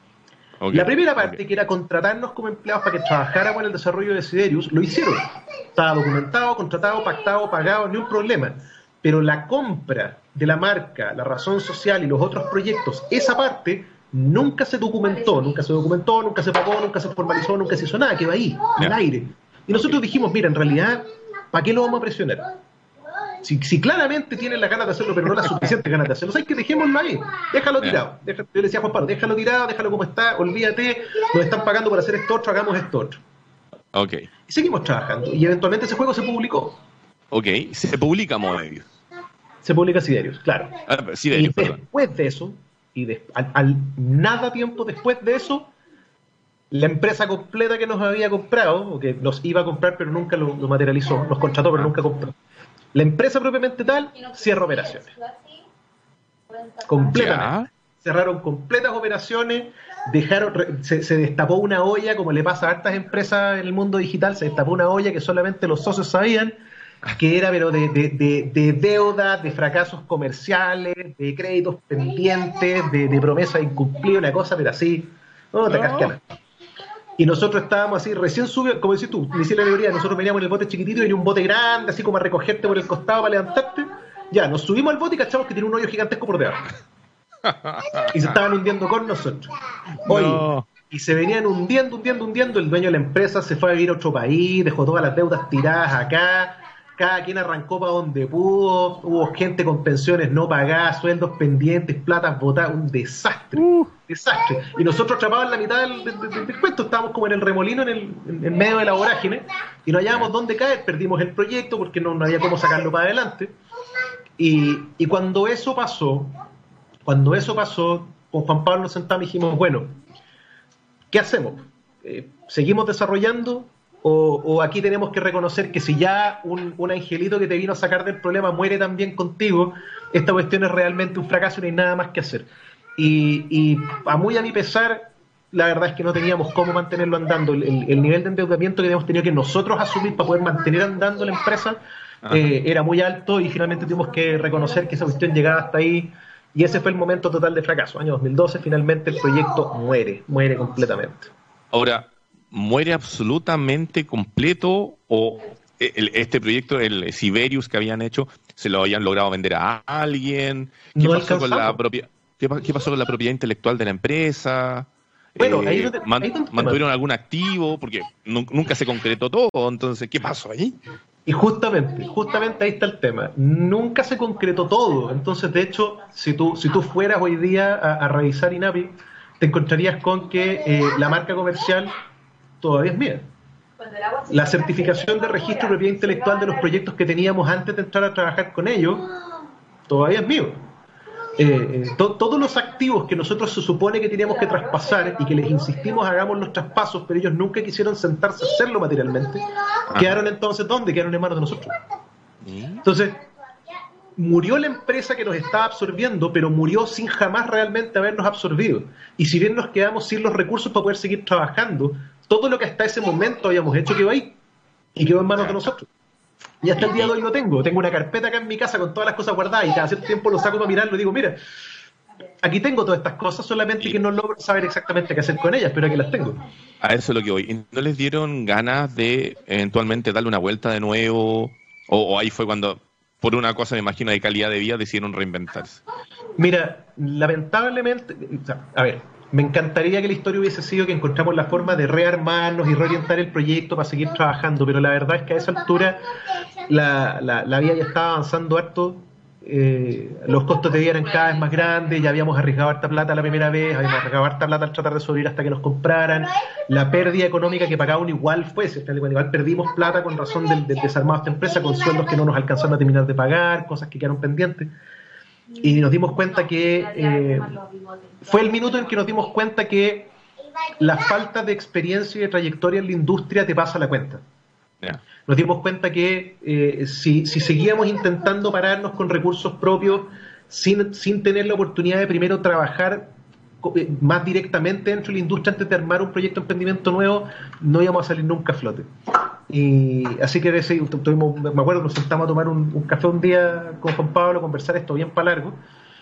Okay, la primera parte, okay. que era contratarnos como empleados para que trabajáramos en el desarrollo de Siderius, lo hicieron. Estaba documentado, contratado, pactado, pagado, ni un problema. Pero la compra de la marca, la razón social y los otros proyectos, esa parte nunca se documentó, nunca se documentó, nunca se pagó, nunca se formalizó, nunca se hizo nada, quedó ahí, en el aire. Y nosotros dijimos, mira, en realidad, ¿para qué lo vamos a presionar? Si, si claramente tienen la ganas de hacerlo, pero no las suficientes ganas de hacerlo, ¿sabes qué? Dejémoslo ahí, déjalo tirado. Deja, yo le decía a Juan Pablo, déjalo tirado, déjalo como está, olvídate, nos están pagando por hacer esto otro, hagamos esto otro. Ok. Y seguimos trabajando, y eventualmente ese juego se publicó. Ok, se publica Moebius. Se publica Siderius, claro. Ah, Siderius, y después perdón. de eso, y de, al, al nada tiempo después de eso, la empresa completa que nos había comprado, o que nos iba a comprar pero nunca lo, lo materializó, nos contrató pero nunca compró, la empresa propiamente tal cierra operaciones. Completamente. ¿Ya? Cerraron completas operaciones, dejaron, se, se destapó una olla, como le pasa a hartas empresas en el mundo digital, se destapó una olla que solamente los socios sabían, que era pero de, de, de, de deudas, de fracasos comerciales, de créditos pendientes, de, de promesas incumplidas, una cosa pero así, no te cascanas. Y nosotros estábamos así, recién subió, como decís tú, me hiciste la alegoría, nosotros veníamos en el bote chiquitito y venía un bote grande, así como a recogerte por el costado para levantarte. Ya, nos subimos al bote y cachamos que tiene un hoyo gigantesco por debajo. Y se estaban hundiendo con nosotros. Oye, no. Y se venían hundiendo, hundiendo, hundiendo. El dueño de la empresa se fue a vivir a otro país, dejó todas las deudas tiradas acá. Cada quien arrancó para donde pudo. Hubo gente con pensiones no pagadas, sueldos pendientes, platas botadas. Un desastre. Uh. Desastre. Y nosotros atrapados en la mitad del, del, del, del cuento, estábamos como en el remolino, en, el, en, en medio de la vorágine, y no hallábamos dónde caer. Perdimos el proyecto porque no, no había cómo sacarlo para adelante. Y, y cuando eso pasó, cuando eso pasó, con Juan Pablo nos sentamos y dijimos, bueno, ¿qué hacemos? Eh, ¿Seguimos desarrollando? O, ¿O aquí tenemos que reconocer que si ya un, un angelito que te vino a sacar del problema muere también contigo, esta cuestión es realmente un fracaso y no hay nada más que hacer? Y, y a muy a mi pesar, la verdad es que no teníamos cómo mantenerlo andando. El, el nivel de endeudamiento que habíamos tenido que nosotros asumir para poder mantener andando la empresa eh, era muy alto y finalmente tuvimos que reconocer que esa cuestión llegaba hasta ahí. Y ese fue el momento total de fracaso. Año dos mil doce, finalmente el proyecto muere, muere completamente. Ahora, ¿muere absolutamente completo o el, este proyecto, el Siberius que habían hecho, se lo habían logrado vender a alguien? ¿Qué, no pasó, con la propia, ¿qué, ¿Qué pasó con la propiedad intelectual de la empresa? Bueno, eh, ahí donde, man, ahí donde ¿Mantuvieron algún activo? Porque nunca se concretó todo, entonces, ¿qué pasó ahí? Y justamente, justamente ahí está el tema. Nunca se concretó todo. Entonces, de hecho, si tú, si tú fueras hoy día a, a revisar INAPI, te encontrarías con que eh, la marca comercial todavía es mía. La certificación de registro de propiedad intelectual de los proyectos que teníamos antes de entrar a trabajar con ellos, todavía es mío. Eh, eh, to, todos los activos que nosotros se supone que teníamos que traspasar y que les insistimos hagamos los traspasos, pero ellos nunca quisieron sentarse a hacerlo materialmente, quedaron entonces ¿dónde? Quedaron en manos de nosotros. Entonces, murió la empresa que nos estaba absorbiendo, pero murió sin jamás realmente habernos absorbido. Y si bien nos quedamos sin los recursos para poder seguir trabajando, todo lo que hasta ese momento habíamos hecho quedó ahí y quedó en manos de nosotros. Y hasta el día de hoy lo tengo. Tengo una carpeta acá en mi casa con todas las cosas guardadas y cada cierto tiempo lo saco para mirarlo y digo, mira, aquí tengo todas estas cosas, solamente que no logro saber exactamente qué hacer con ellas, pero aquí las tengo. A eso es lo que voy. ¿Y no les dieron ganas de eventualmente darle una vuelta de nuevo? O, o ahí fue cuando, por una cosa me imagino de calidad de vida, decidieron reinventarse. Mira, lamentablemente, o sea, a ver, me encantaría que la historia hubiese sido que encontramos la forma de rearmarnos y reorientar el proyecto para seguir trabajando, pero la verdad es que a esa altura la, la, la vida ya estaba avanzando harto, eh, los costos de vida eran cada vez más grandes, ya habíamos arriesgado harta plata la primera vez, habíamos arriesgado harta plata al tratar de sobrevivir hasta que nos compraran, la pérdida económica que pagaba uno igual fue, igual perdimos plata con razón del, del desarmado de esta empresa, con sueldos que no nos alcanzaron a terminar de pagar, cosas que quedaron pendientes. Y nos dimos cuenta que eh, fue el minuto en que nos dimos cuenta que la falta de experiencia y de trayectoria en la industria te pasa la cuenta. Yeah. Nos dimos cuenta que eh, si, si seguíamos intentando pararnos con recursos propios sin, sin tener la oportunidad de primero trabajar más directamente dentro de la industria antes de armar un proyecto de emprendimiento nuevo, no íbamos a salir nunca a flote. Y así que ese, tuvimos, me acuerdo, nos sentamos a tomar un, un café un día con Juan Pablo, a conversar esto bien para largo,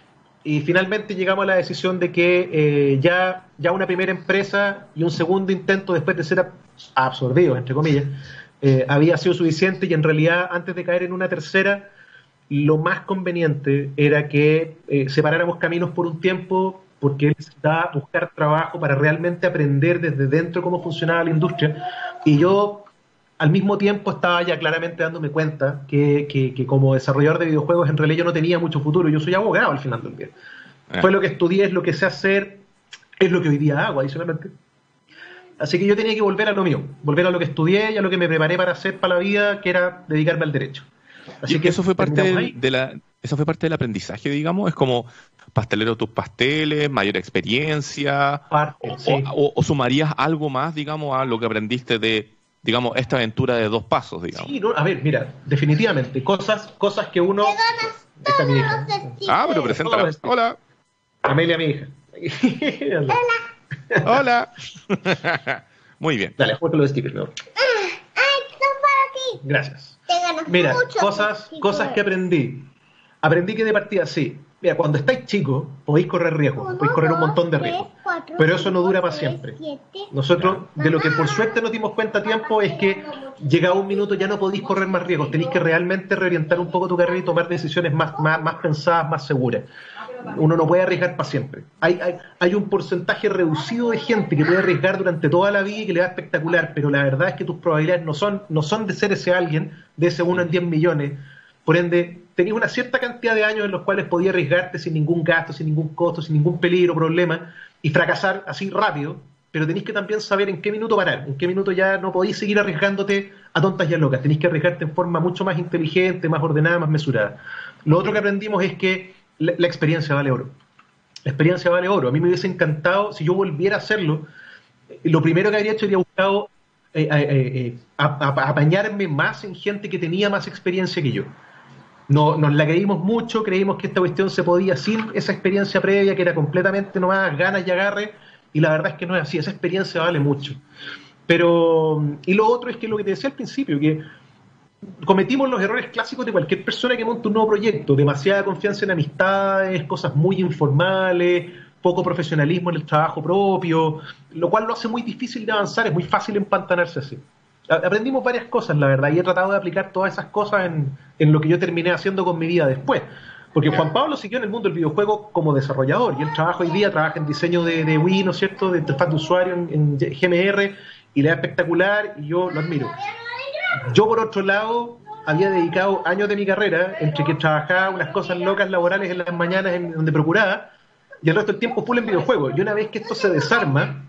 y finalmente llegamos a la decisión de que eh, ya, ya una primera empresa y un segundo intento después de ser absorbidos, entre comillas, eh, había sido suficiente, y en realidad antes de caer en una tercera, lo más conveniente era que eh, separáramos caminos por un tiempo, porque él necesitaba buscar trabajo para realmente aprender desde dentro cómo funcionaba la industria, y yo al mismo tiempo estaba ya claramente dándome cuenta que, que, que como desarrollador de videojuegos en realidad yo no tenía mucho futuro. Yo soy abogado al final del día. Ah. Fue lo que estudié, es lo que sé hacer, es lo que hoy día hago adicionalmente. Así que yo tenía que volver a lo mío, volver a lo que estudié y a lo que me preparé para hacer para la vida, que era dedicarme al derecho. Así ¿Y que eso fue parte de, de, la, ¿Eso fue parte del aprendizaje, digamos? ¿Es como pastelero tus pasteles, mayor experiencia? Parte, O, sí. o, o sumarías algo más, digamos, a lo que aprendiste de, digamos, esta aventura de dos pasos, digamos? Sí, no, a ver, mira, definitivamente, cosas, cosas que uno... Esta es mi hija. Ah, pero preséntala. Hola. Amelia, mi hija. Hola. Muy bien. Dale, juega los stickers, ¿no? Gracias. Mira, cosas, cosas que aprendí. Aprendí que de partida, sí. Mira, cuando estáis chicos, podéis correr riesgos, podéis correr un montón de riesgos. Pero eso no dura para siempre. Nosotros, de lo que por suerte nos dimos cuenta a tiempo, es que llegado un minuto ya no podéis correr más riesgos. Tenéis que realmente reorientar un poco tu carrera y tomar decisiones más, más, más pensadas, más seguras. Uno no puede arriesgar para siempre. Hay, hay, hay un porcentaje reducido de gente que puede arriesgar durante toda la vida y que le va espectacular, pero la verdad es que tus probabilidades no son, no son de ser ese alguien, de ese uno en diez millones. Por ende, tenéis una cierta cantidad de años en los cuales podías arriesgarte sin ningún gasto, sin ningún costo, sin ningún peligro, problema, y fracasar así rápido, pero tenéis que también saber en qué minuto parar, en qué minuto ya no podéis seguir arriesgándote a tontas y a locas. Tenéis que arriesgarte en forma mucho más inteligente, más ordenada, más mesurada. Lo otro que aprendimos es que la, la experiencia vale oro. La experiencia vale oro. A mí me hubiese encantado, si yo volviera a hacerlo, lo primero que habría hecho sería buscado eh, eh, eh, a, a, a apañarme más en gente que tenía más experiencia que yo. No, nos la creímos mucho, creímos que esta cuestión se podía sin esa experiencia previa, que era completamente nomás ganas y agarre, y la verdad es que no es así, esa experiencia vale mucho. Pero, y lo otro es que lo que te decía al principio, que cometimos los errores clásicos de cualquier persona que monta un nuevo proyecto, demasiada confianza en amistades, cosas muy informales, poco profesionalismo en el trabajo propio, lo cual lo hace muy difícil de avanzar, es muy fácil empantanarse así. Aprendimos varias cosas, la verdad, y he tratado de aplicar todas esas cosas en, en lo que yo terminé haciendo con mi vida después. Porque Juan Pablo siguió en el mundo del videojuego como desarrollador, y él trabaja hoy día, trabaja en diseño de, de Wii, ¿no es cierto?, de interfaz de usuario en, en G M R, y le da espectacular, y yo lo admiro. Yo, por otro lado, había dedicado años de mi carrera, entre que trabajaba unas cosas locas laborales en las mañanas en donde procuraba, y el resto del tiempo full en videojuegos. Y una vez que esto se desarma,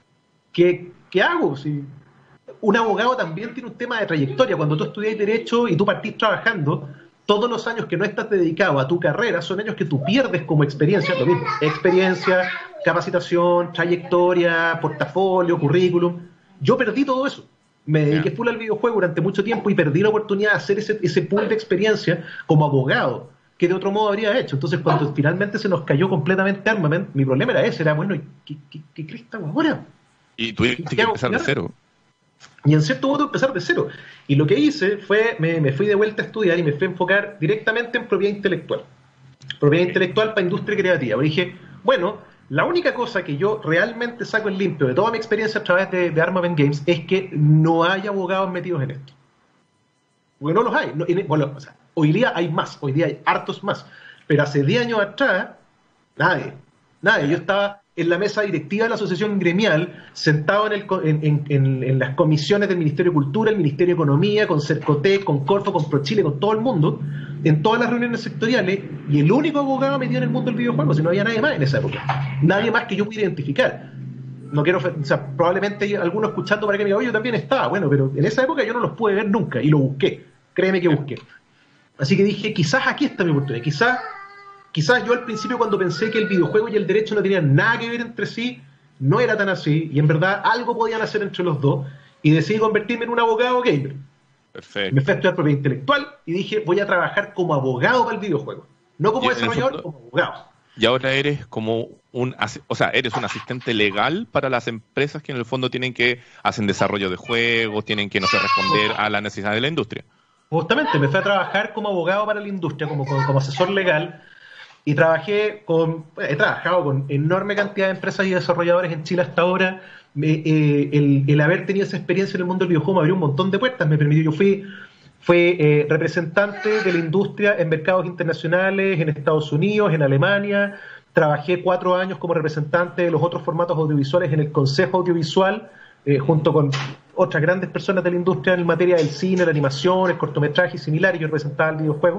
¿qué, qué hago? Si un abogado también tiene un tema de trayectoria. Cuando tú estudias Derecho y tú partís trabajando, todos los años que no estás dedicado a tu carrera son años que tú pierdes como experiencia, lo mismo, experiencia, capacitación, trayectoria, portafolio, currículum. Yo perdí todo eso. Me dediqué full al videojuego durante mucho tiempo y perdí la oportunidad de hacer ese, ese pool de experiencia como abogado, que de otro modo habría hecho. Entonces, cuando finalmente se nos cayó completamente Armament, mi problema era ese, era, bueno, ¿qué, qué, qué cresta ahora? Y tuviste que empezar de cero. Y en cierto modo empezar de cero. Y lo que hice fue, me, me fui de vuelta a estudiar y me fui a enfocar directamente en propiedad intelectual. Propiedad intelectual para industria creativa. Y dije, bueno, la única cosa que yo realmente saco en limpio de toda mi experiencia a través de, de Armament Games es que no hay abogados metidos en esto. Porque no los hay. No, bueno, o sea, hoy día hay más, hoy día hay hartos más. Pero hace diez años atrás, nadie. Nadie. Yo estaba en la mesa directiva de la asociación gremial, sentado en, el, en, en, en las comisiones del Ministerio de Cultura, el Ministerio de Economía, con Cercotec, con Corfo, con ProChile, con todo el mundo, en todas las reuniones sectoriales, y el único abogado metido en el mundo del videojuego, si no había nadie más en esa época. Nadie más que yo pudiera identificar. No quiero, o sea, probablemente alguno escuchando para que me diga, oye, yo también estaba, bueno, pero en esa época yo no los pude ver nunca, y lo busqué, créeme que busqué. Así que dije, quizás aquí está mi oportunidad, quizás Quizás yo al principio, cuando pensé que el videojuego y el derecho no tenían nada que ver entre sí, no era tan así, y en verdad algo podían hacer entre los dos, y decidí convertirme en un abogado gamer. Perfecto. Me fui a estudiar propiedad intelectual y dije, voy a trabajar como abogado para el videojuego, no como desarrollador, fondo, como abogado. Y ahora eres como un, o sea, eres un asistente legal para las empresas que en el fondo tienen que, hacen desarrollo de juegos, tienen que, no sé, responder a las necesidades de la industria. Justamente, me fui a trabajar como abogado para la industria, como, como, como asesor legal. Y trabajé con, he trabajado con enorme cantidad de empresas y desarrolladores en Chile hasta ahora. Me, eh, el, el haber tenido esa experiencia en el mundo del videojuego me abrió un montón de puertas, me permitió, yo fui, fui eh, representante de la industria en mercados internacionales, en Estados Unidos, en Alemania. Trabajé cuatro años como representante de los otros formatos audiovisuales en el Consejo Audiovisual, eh, junto con otras grandes personas de la industria en materia del cine, la animación, el cortometraje y similares. Yo representaba el videojuego.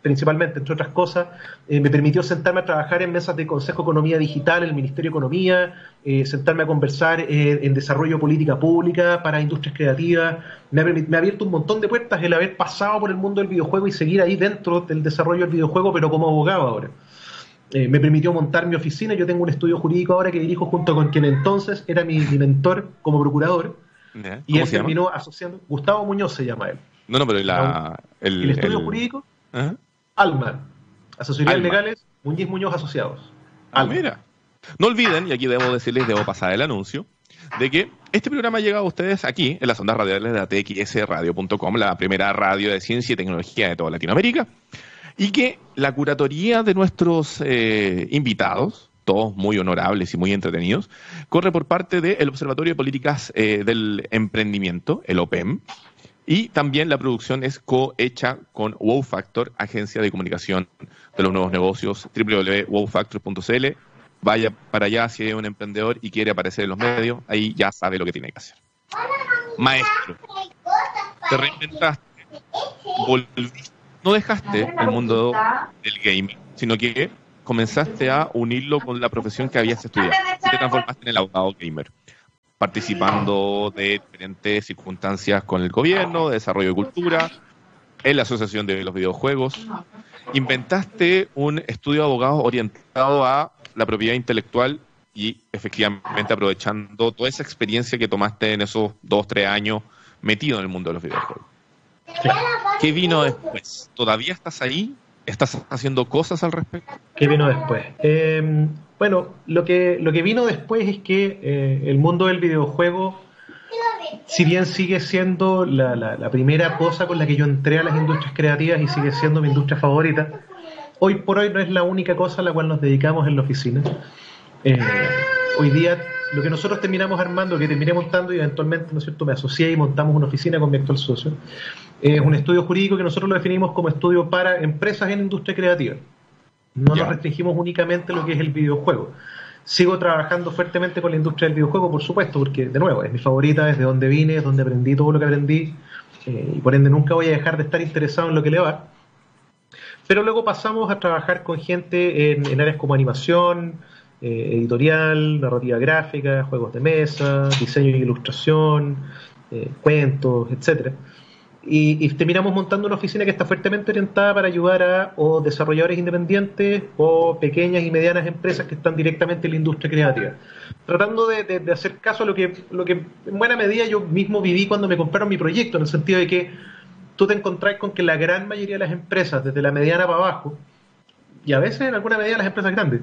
principalmente, entre otras cosas, eh, me permitió sentarme a trabajar en mesas de Consejo de Economía Digital, en el Ministerio de Economía, eh, sentarme a conversar eh, en desarrollo de política pública para industrias creativas. Me ha, me ha abierto un montón de puertas el haber pasado por el mundo del videojuego y seguir ahí dentro del desarrollo del videojuego, pero como abogado ahora. Eh, me permitió montar mi oficina. Yo tengo un estudio jurídico ahora que dirijo junto con quien entonces era mi, mi mentor como procurador. Yeah. Y él terminó asociando. Gustavo Muñoz se llama él. No, no, pero la, el, el estudio el... jurídico, uh-huh. Alma. Asesorías Alma. Legales, Muñiz Muñoz Asociados. Ah, mira. No olviden, y aquí debo decirles, debo pasar el anuncio, de que este programa llega a ustedes aquí, en las ondas radiales de A T X radio punto com, la primera radio de ciencia y tecnología de toda Latinoamérica, y que la curatoría de nuestros eh, invitados, todos muy honorables y muy entretenidos, corre por parte del Observatorio de Políticas eh, del Emprendimiento, el O P E M, y también la producción es cohecha con Wow Factor, agencia de comunicación de los nuevos negocios, doble u doble u doble u punto wow factor punto c l. Vaya para allá si es un emprendedor y quiere aparecer en los medios, ahí ya sabe lo que tiene que hacer. Maestro, te reinventaste, volviste, no dejaste el mundo del gaming, sino que comenzaste a unirlo con la profesión que habías estudiado. Y te transformaste en el abogado gamer, participando de diferentes circunstancias con el gobierno, de desarrollo de cultura, en la Asociación de los Videojuegos. Inventaste un estudio de abogados orientado a la propiedad intelectual y efectivamente aprovechando toda esa experiencia que tomaste en esos dos, tres años metido en el mundo de los videojuegos. Sí. ¿Qué vino después? ¿Todavía estás ahí? ¿Estás haciendo cosas al respecto? ¿Qué vino después? Eh, bueno, lo que, lo que vino después es que eh, el mundo del videojuego, si bien sigue siendo la, la, la primera cosa con la que yo entré a las industrias creativas y sigue siendo mi industria favorita, hoy por hoy no es la única cosa a la cual nos dedicamos en la oficina. Eh, hoy día lo que nosotros terminamos armando, que terminé montando y eventualmente, ¿no es cierto?, me asocié y montamos una oficina con mi actual socio, es un estudio jurídico que nosotros lo definimos como estudio para empresas en industria creativa. No yeah. nos restringimos únicamente a lo que es el videojuego. Sigo trabajando fuertemente con la industria del videojuego, por supuesto, porque, de nuevo, es mi favorita, es de donde vine, es donde aprendí todo lo que aprendí, eh, y por ende nunca voy a dejar de estar interesado en lo que le va. Pero luego pasamos a trabajar con gente en, en áreas como animación, eh, editorial, narrativa gráfica, juegos de mesa, diseño y ilustración, eh, cuentos, etcétera. Y, y terminamos montando una oficina que está fuertemente orientada para ayudar a o desarrolladores independientes o pequeñas y medianas empresas que están directamente en la industria creativa, tratando de, de, de hacer caso a lo que, lo que en buena medida yo mismo viví cuando me compraron mi proyecto, en el sentido de que tú te encontrás con que la gran mayoría de las empresas, desde la mediana para abajo, y a veces en alguna medida las empresas grandes,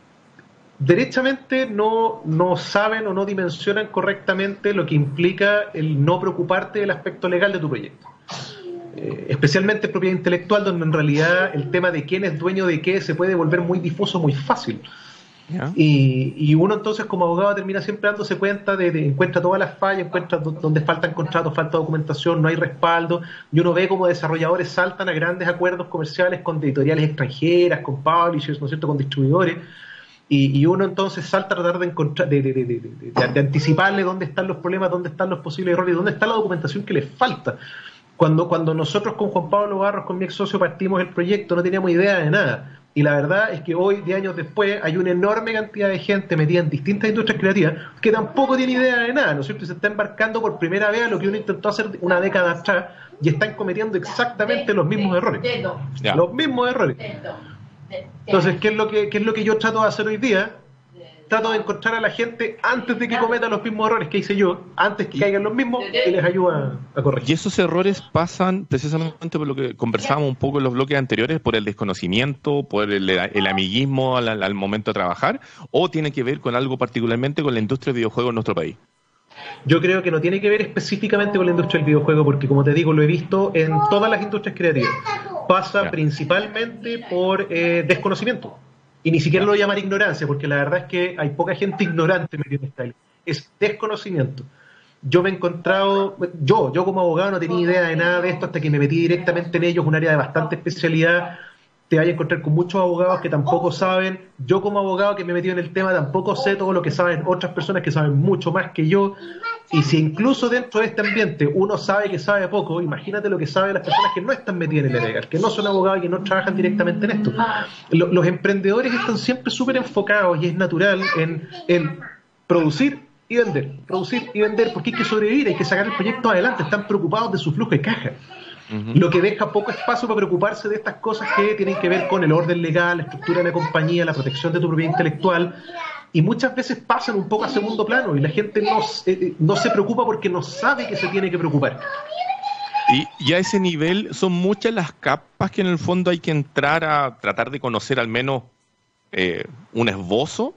derechamente no, no saben o no dimensionan correctamente lo que implica el no preocuparte del aspecto legal de tu proyecto. Eh, especialmente propiedad intelectual, donde en realidad el tema de quién es dueño de qué se puede volver muy difuso, muy fácil. Yeah. Y, y uno entonces como abogado termina siempre dándose cuenta de, de encuentra todas las fallas, encuentra do, donde faltan contratos, falta documentación, no hay respaldo, y uno ve como desarrolladores saltan a grandes acuerdos comerciales con editoriales extranjeras, con publishers, ¿no es cierto?, con distribuidores, y, y uno entonces salta a tratar de, encontrar, de, de, de, de, de, de, de anticiparle dónde están los problemas, dónde están los posibles errores, dónde está la documentación que les falta. Cuando, cuando nosotros con Juan Pablo Barros, con mi ex socio, partimos el proyecto, no teníamos idea de nada. Y la verdad es que hoy, diez años después, hay una enorme cantidad de gente metida en distintas industrias creativas que tampoco tiene idea de nada, ¿no es cierto? Y se está embarcando por primera vez a lo que uno intentó hacer una década atrás y están cometiendo exactamente los mismos errores. Yeah. Los mismos errores. Entonces, ¿qué es lo que, qué es lo que yo trato de hacer hoy día? Trato de encontrar a la gente antes de que cometa los mismos errores que hice yo, antes que caigan los mismos, y les ayuda a corregir. Y esos errores pasan precisamente por lo que conversábamos un poco en los bloques anteriores, por el desconocimiento, por el, el amiguismo al, al momento de trabajar, o tiene que ver con algo particularmente con la industria del videojuego en nuestro país. Yo creo que no tiene que ver específicamente con la industria del videojuego, porque como te digo, lo he visto en todas las industrias creativas. Pasa yeah. principalmente por eh, desconocimiento. Y ni siquiera lo voy a llamar ignorancia, porque la verdad es que hay poca gente ignorante metida en esta área. Es desconocimiento. Yo me he encontrado, yo, yo como abogado no tenía idea de nada de esto hasta que me metí directamente en ello, es un área de bastante especialidad. Te vas a encontrar con muchos abogados que tampoco saben. Yo como abogado que me he metido en el tema tampoco sé todo lo que saben otras personas que saben mucho más que yo. Y si incluso dentro de este ambiente uno sabe que sabe poco, imagínate lo que saben las personas que no están metidas en el área legal, que no son abogados y que no trabajan directamente en esto. Los emprendedores están siempre súper enfocados, y es natural, en, en producir y vender, producir y vender, porque hay que sobrevivir, hay que sacar el proyecto adelante, están preocupados de su flujo de caja. Uh-huh. Lo que deja poco espacio para preocuparse de estas cosas que tienen que ver con el orden legal, la estructura de la compañía, la protección de tu propiedad intelectual, y muchas veces pasan un poco a segundo plano y la gente no, eh, no se preocupa porque no sabe que se tiene que preocupar. Y, y a ese nivel son muchas las capas que en el fondo hay que entrar a tratar de conocer al menos eh, un esbozo,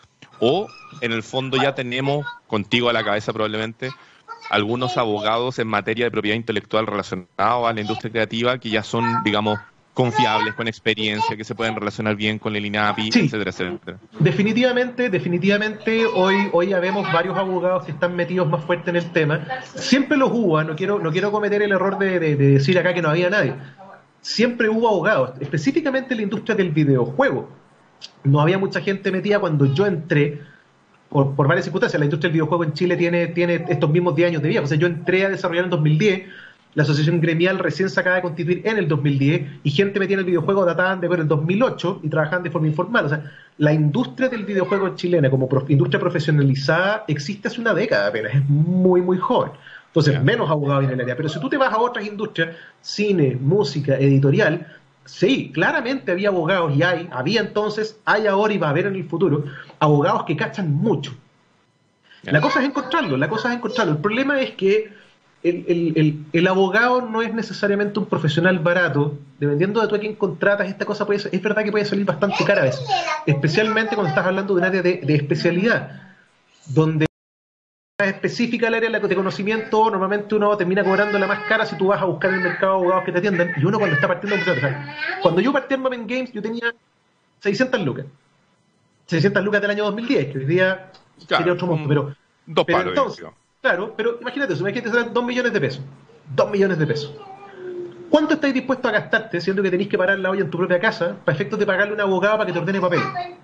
o en el fondo ya tenemos contigo a la cabeza probablemente algunos abogados en materia de propiedad intelectual relacionados a la industria creativa que ya son, digamos, confiables, con experiencia, que se pueden relacionar bien con el INAPI, sí, etcétera, etcétera. Definitivamente, definitivamente hoy, hoy ya vemos varios abogados que están metidos más fuerte en el tema. Siempre los hubo, no quiero, no quiero cometer el error de, de, de decir acá que no había nadie. Siempre hubo abogados, específicamente en la industria del videojuego. No había mucha gente metida cuando yo entré, por, por varias circunstancias. La industria del videojuego en Chile tiene, tiene estos mismos diez años de vida. O sea, yo entré a desarrollar en dos mil diez, la asociación gremial recién se acaba de constituir en el dos mil diez, y gente metida en el videojuego databan de ver el dos mil ocho y trabajaban de forma informal. O sea, la industria del videojuego chilena como prof, industria profesionalizada existe hace una década apenas, es muy, muy joven. Entonces, yeah, menos abogados en el área. Pero si tú te vas a otras industrias, cine, música, editorial, sí, claramente había abogados, y hay, había entonces, hay ahora y va a haber en el futuro, abogados que cachan mucho. Yeah. La cosa es encontrarlo, la cosa es encontrarlo. El problema es que El, el, el, el abogado no es necesariamente un profesional barato. Dependiendo de tú a quién contratas, esta cosa puede ser, es verdad que puede salir bastante cara a veces, especialmente cuando estás hablando de un área de, de especialidad, donde es específica el área de conocimiento. Normalmente uno termina cobrando la más cara si tú vas a buscar en el mercado abogados que te atiendan, y uno cuando está partiendo, cuando yo partí en Moment Games yo tenía seiscientas lucas seiscientas lucas del año dos mil diez, que hoy día claro, sería otro monto, pero, dos pero palos, entonces, claro, pero imagínate eso, imagínate que serán dos millones de pesos. dos millones de pesos. ¿Cuánto estáis dispuestos a gastarte, siendo que tenéis que parar la olla en tu propia casa, para efectos de pagarle a un abogado para que te ordene papel?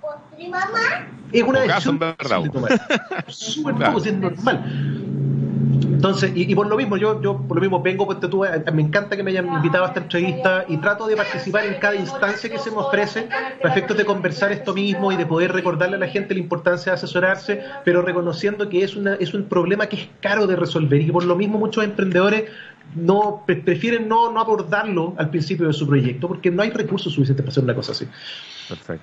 Es una decisión de tomar. Súper poco, si es normal. Entonces, y, y por lo mismo, yo, yo por lo mismo vengo, pues, tú, me encanta que me hayan invitado a esta entrevista y trato de participar en cada instancia que se me ofrece para efectos de conversar esto mismo y de poder recordarle a la gente la importancia de asesorarse, pero reconociendo que es, una, es un problema que es caro de resolver, y por lo mismo muchos emprendedores no pre prefieren no, no abordarlo al principio de su proyecto porque no hay recursos suficientes para hacer una cosa así. Perfecto.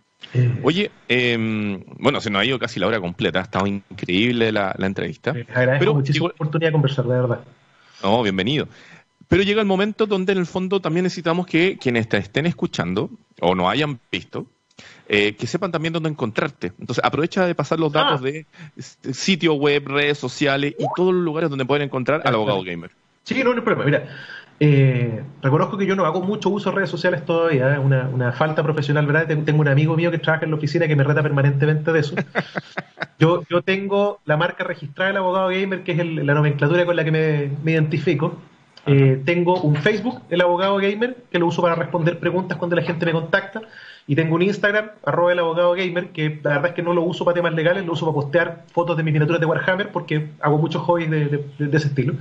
Oye, eh, bueno, se nos ha ido casi la hora completa, ha estado increíble la, la entrevista. Les agradezco pero muchísimo la oportunidad de conversar, de verdad. No, bienvenido. Pero llega el momento donde en el fondo también necesitamos que quienes te estén escuchando o no hayan visto, eh, que sepan también dónde encontrarte. Entonces aprovecha de pasar los datos ah. de sitio web, redes sociales y todos los lugares donde pueden encontrar al abogado gamer. Sí, no, no hay problema. Mira, Eh, reconozco que yo no hago mucho uso de redes sociales todavía, ¿eh? una, una falta profesional, ¿verdad? Tengo un amigo mío que trabaja en la oficina que me reta permanentemente de eso. Yo, yo tengo la marca registrada del abogado gamer, que es el, la nomenclatura con la que me, me identifico. Eh, tengo un Facebook, el abogado gamer, que lo uso para responder preguntas cuando la gente me contacta. Y tengo un Instagram, arroba el abogado gamer, que la verdad es que no lo uso para temas legales, lo uso para postear fotos de mis miniaturas de Warhammer, porque hago muchos hobbies de, de, de ese estilo.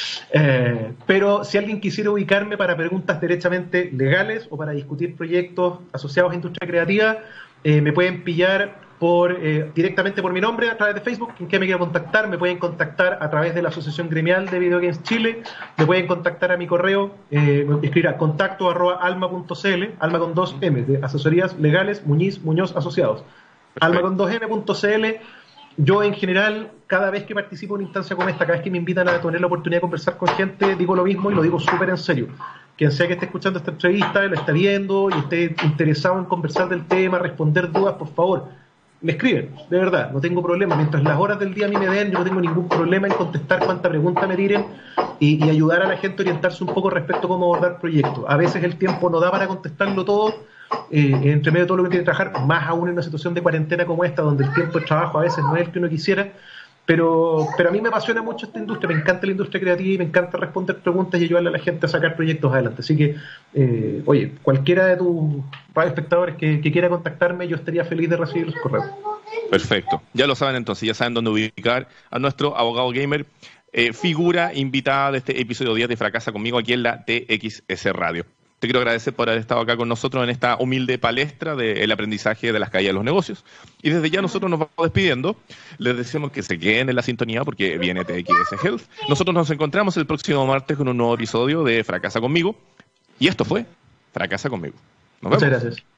Eh, pero si alguien quisiera ubicarme para preguntas derechamente legales o para discutir proyectos asociados a industria creativa, eh, me pueden pillar por eh, directamente por mi nombre a través de Facebook. Quien que me quiera contactar, me pueden contactar a través de la Asociación Gremial de Video Games Chile, me pueden contactar a mi correo, eh, escribir a contacto arroba alma punto cl, alma con dos M, de asesorías legales Muñiz Muñoz Asociados. Perfecto. Alma con dos M punto cl. Yo en general, cada vez que participo en una instancia como esta, cada vez que me invitan a tener la oportunidad de conversar con gente, digo lo mismo y lo digo súper en serio. Quien sea que esté escuchando esta entrevista, lo está viendo y esté interesado en conversar del tema, responder dudas, por favor, me escriben, de verdad, no tengo problema. Mientras las horas del día a mí me den, yo no tengo ningún problema en contestar cuanta pregunta me tiren y, y ayudar a la gente a orientarse un poco respecto a cómo abordar proyectos. A veces el tiempo no da para contestarlo todo, eh, entre medio de todo lo que tiene que trabajar, más aún en una situación de cuarentena como esta, donde el tiempo de trabajo a veces no es el que uno quisiera. Pero, pero a mí me apasiona mucho esta industria, me encanta la industria creativa y me encanta responder preguntas y ayudarle a la gente a sacar proyectos adelante. Así que, eh, oye, cualquiera de tus espectadores que, que quiera contactarme, yo estaría feliz de recibir los correos. Perfecto. Ya lo saben entonces, ya saben dónde ubicar a nuestro abogado gamer, eh, figura invitada de este episodio diez de Fracasa Conmigo aquí en la T X S Radio. Te quiero agradecer por haber estado acá con nosotros en esta humilde palestra del aprendizaje de las caídas de los negocios. Y desde ya nosotros nos vamos despidiendo. Les decimos que se queden en la sintonía porque viene T X S Health. Nosotros nos encontramos el próximo martes con un nuevo episodio de Fracasa Conmigo. Y esto fue Fracasa Conmigo. Nos vemos. Muchas gracias.